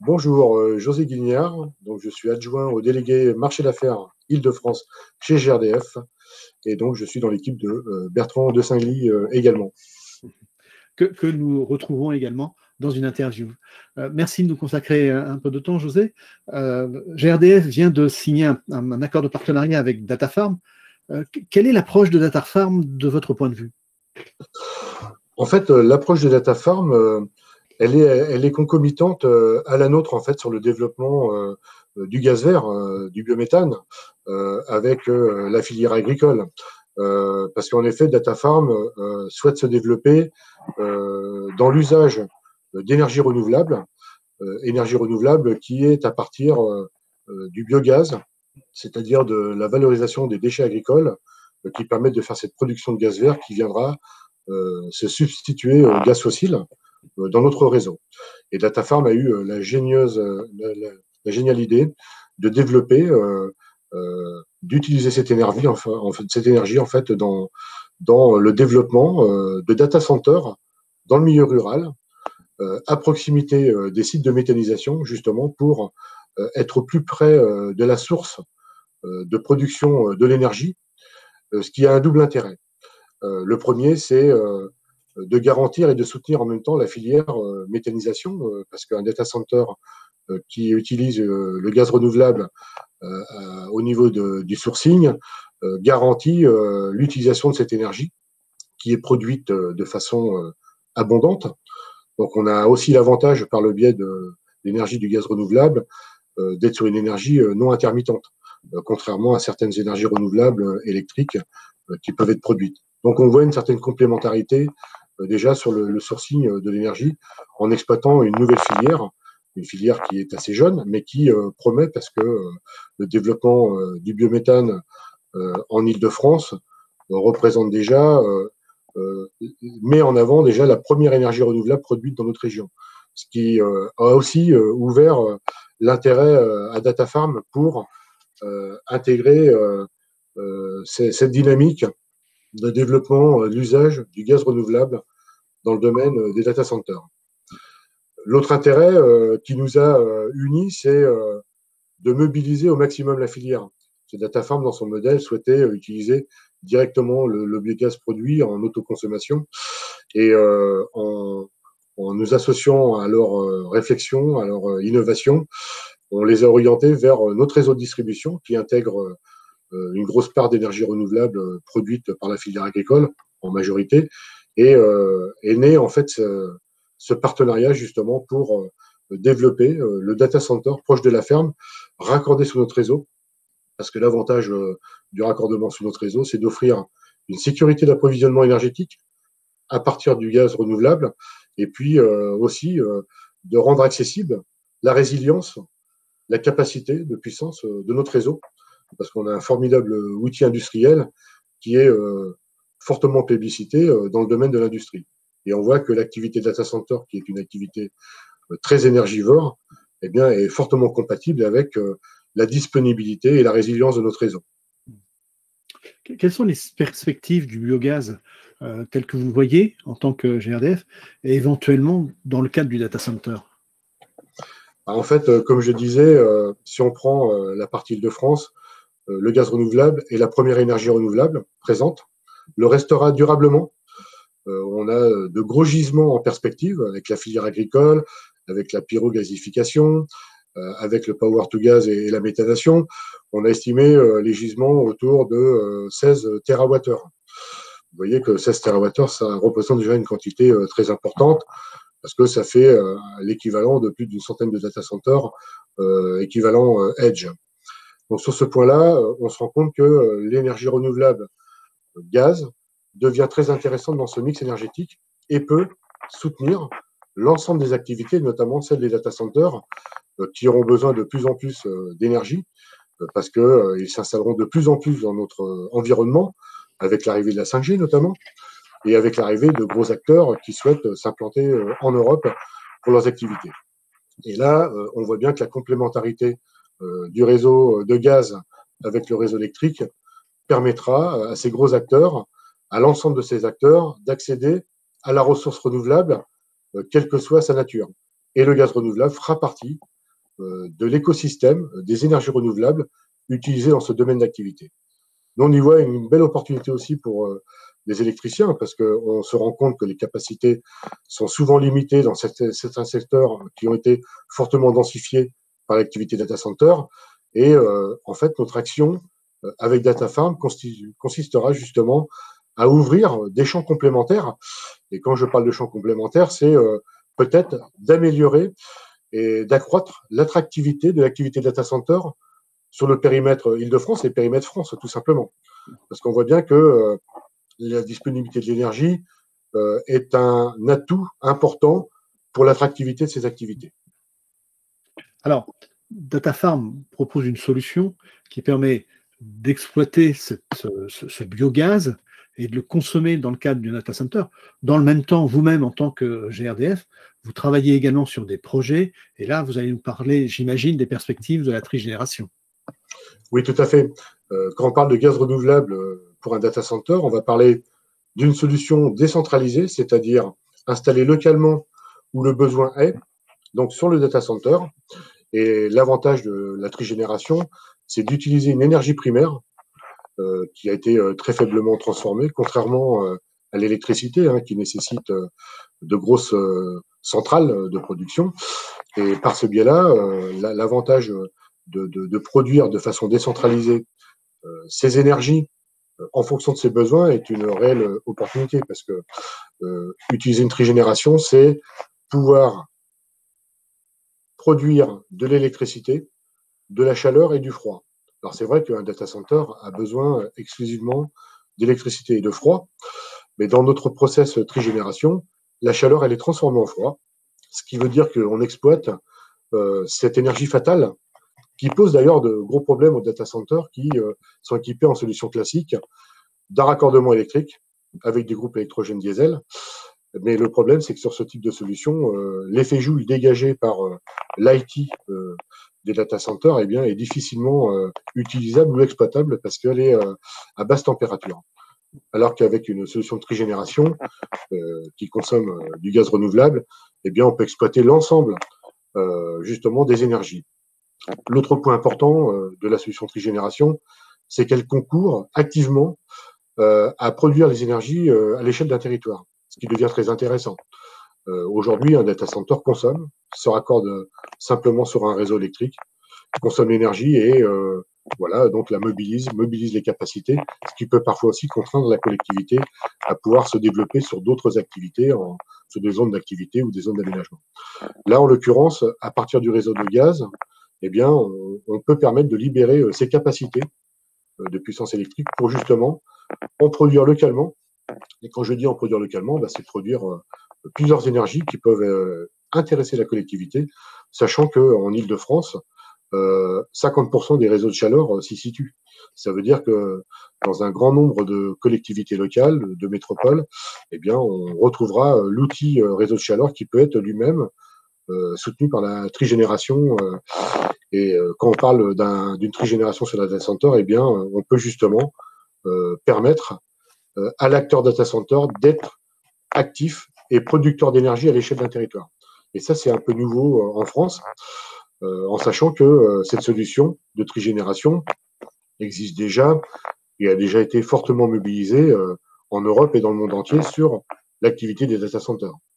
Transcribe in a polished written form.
Bonjour, José Guignard. Donc, je suis adjoint au délégué marché d'affaires Île-de-France chez GRDF. Et donc, je suis dans l'équipe de Bertrand de Saint-Gly également. Que nous retrouvons également dans une interview. Merci de nous consacrer un peu de temps, José. GRDF vient de signer un accord de partenariat avec DataFarm. Quelle est l'approche de DataFarm de votre point de vue? En fait, l'approche de DataFarm, elle est concomitante à la nôtre en fait sur le développement du gaz vert, du biométhane, avec la filière agricole. Parce qu'en effet, DataFarm souhaite se développer dans l'usage d'énergie renouvelable qui est à partir du biogaz, c'est-à-dire de la valorisation des déchets agricoles qui permettent de faire cette production de gaz vert qui viendra se substituer au gaz fossile dans notre réseau. Et DataFarm a eu la géniale idée de développer, d'utiliser cette énergie en fait dans le développement de data centers dans le milieu rural, à proximité des sites de méthanisation, justement pour être au plus près de la source de production de l'énergie, ce qui a un double intérêt. Le premier, c'est de garantir et de soutenir en même temps la filière méthanisation, parce qu'un data center qui utilise le gaz renouvelable au niveau du sourcing garantit l'utilisation de cette énergie qui est produite de façon abondante. Donc, on a aussi l'avantage, par le biais de l'énergie du gaz renouvelable, d'être sur une énergie non intermittente, contrairement à certaines énergies renouvelables électriques qui peuvent être produites. Donc, on voit une certaine complémentarité déjà sur le sourcing de l'énergie en exploitant une nouvelle filière, une filière qui est assez jeune, mais qui promet parce que le développement du biométhane en Île-de-France représente déjà, met en avant déjà la première énergie renouvelable produite dans notre région. Ce qui a aussi ouvert l'intérêt à DataFarm pour intégrer cette dynamique de développement de l'usage du gaz renouvelable dans le domaine des data centers. L'autre intérêt qui nous a unis, c'est de mobiliser au maximum la filière. DataFarm, dans son modèle, souhaitait utiliser directement le biogaz produit en autoconsommation et en nous associant à leur réflexion, à leur innovation, on les a orientés vers notre réseau de distribution qui intègre une grosse part d'énergie renouvelable produite par la filière agricole en majorité, et est né en fait ce partenariat justement pour développer le data center proche de la ferme, raccordé sur notre réseau, parce que l'avantage du raccordement sur notre réseau, c'est d'offrir une sécurité d'approvisionnement énergétique à partir du gaz renouvelable, et puis aussi de rendre accessible la résilience, la capacité de puissance de notre réseau, parce qu'on a un formidable outil industriel qui est fortement plébiscité dans le domaine de l'industrie. Et on voit que l'activité data center, qui est une activité très énergivore, eh bien, est fortement compatible avec la disponibilité et la résilience de notre réseau. Quelles sont les perspectives du biogaz telles que vous le voyez en tant que GRDF et éventuellement dans le cadre du data center? En fait, comme je disais, si on prend la partie Île-de-France, le gaz renouvelable est la première énergie renouvelable présente. Le restera durablement. On a de gros gisements en perspective avec la filière agricole, avec la pyrogasification, avec le power to gas et la méthanation. On a estimé les gisements autour de 16 TWh. Vous voyez que 16 TWh, ça représente déjà une quantité très importante, parce que ça fait l'équivalent de plus d'une centaine de data centers équivalent Edge. Donc sur ce point-là, on se rend compte que l'énergie renouvelable gaz devient très intéressante dans ce mix énergétique et peut soutenir l'ensemble des activités, notamment celles des data centers, qui auront besoin de plus en plus d'énergie, parce qu'ils s'installeront de plus en plus dans notre environnement, avec l'arrivée de la 5G notamment, et avec l'arrivée de gros acteurs qui souhaitent s'implanter en Europe pour leurs activités. Et là, on voit bien que la complémentarité du réseau de gaz avec le réseau électrique permettra à ces gros acteurs, à l'ensemble de ces acteurs, d'accéder à la ressource renouvelable, quelle que soit sa nature. Et le gaz renouvelable fera partie de l'écosystème des énergies renouvelables utilisées dans ce domaine d'activité. Nous, on y voit une belle opportunité aussi pour les électriciens, parce qu'on se rend compte que les capacités sont souvent limitées dans certains secteurs qui ont été fortement densifiés par l'activité data center. Et en fait, notre action avec DataFarm consistera justement à ouvrir des champs complémentaires. Et quand je parle de champs complémentaires, c'est peut-être d'améliorer et d'accroître l'attractivité de l'activité data center sur le périmètre Île-de-France et le périmètre France, tout simplement. Parce qu'on voit bien que la disponibilité de l'énergie est un atout important pour l'attractivité de ces activités. Alors, DataFarm propose une solution qui permet d'exploiter ce biogaz et de le consommer dans le cadre du data center. Dans le même temps, vous-même, en tant que GRDF, vous travaillez également sur des projets, et là, vous allez nous parler, j'imagine, des perspectives de la trigénération. Oui, tout à fait. Quand on parle de gaz renouvelable pour un data center, on va parler d'une solution décentralisée, c'est-à-dire installée localement où le besoin est, donc sur le data center. Et l'avantage de la trigénération, c'est d'utiliser une énergie primaire qui a été très faiblement transformée, contrairement à l'électricité, hein, qui nécessite de grosses centrales de production. Et par ce biais-là, l'avantage de produire de façon décentralisée ces énergies en fonction de ses besoins est une réelle opportunité, parce que utiliser une trigénération, c'est pouvoir produire de l'électricité, de la chaleur et du froid. Alors c'est vrai qu'un data center a besoin exclusivement d'électricité et de froid, mais dans notre process trigénération, la chaleur, elle est transformée en froid, ce qui veut dire qu'on exploite cette énergie fatale qui pose d'ailleurs de gros problèmes aux data centers qui sont équipés en solution classique d'un raccordement électrique avec des groupes électrogènes diesel. Mais le problème, c'est que sur ce type de solution, l'effet Joule dégagé par l'IT des data centers eh bien, est difficilement utilisable ou exploitable parce qu'elle est à basse température. Alors qu'avec une solution de trigénération qui consomme du gaz renouvelable, eh bien, on peut exploiter l'ensemble justement des énergies. L'autre point important de la solution trigénération, c'est qu'elle concourt activement à produire les énergies à l'échelle d'un territoire, ce qui devient très intéressant. Aujourd'hui, un data center consomme, se raccorde simplement sur un réseau électrique, consomme l'énergie et voilà, donc la mobilise les capacités, ce qui peut parfois aussi contraindre la collectivité à pouvoir se développer sur d'autres activités, sur des zones d'activité ou des zones d'aménagement. Là, en l'occurrence, à partir du réseau de gaz, eh bien, on peut permettre de libérer ces capacités de puissance électrique pour justement en produire localement. Et quand je dis en produire localement, c'est produire plusieurs énergies qui peuvent intéresser la collectivité, sachant qu'en Île-de-France, 50% des réseaux de chaleur s'y situent. Ça veut dire que dans un grand nombre de collectivités locales, de métropoles, eh bien, on retrouvera l'outil réseau de chaleur qui peut être lui-même soutenu par la trigénération. Et quand on parle d'une trigénération sur la data center, eh bien, on peut justement permettre à l'acteur data center d'être actif et producteur d'énergie à l'échelle d'un territoire. Et ça, c'est un peu nouveau en France, en sachant que cette solution de trigénération existe déjà et a déjà été fortement mobilisée en Europe et dans le monde entier sur l'activité des data centers.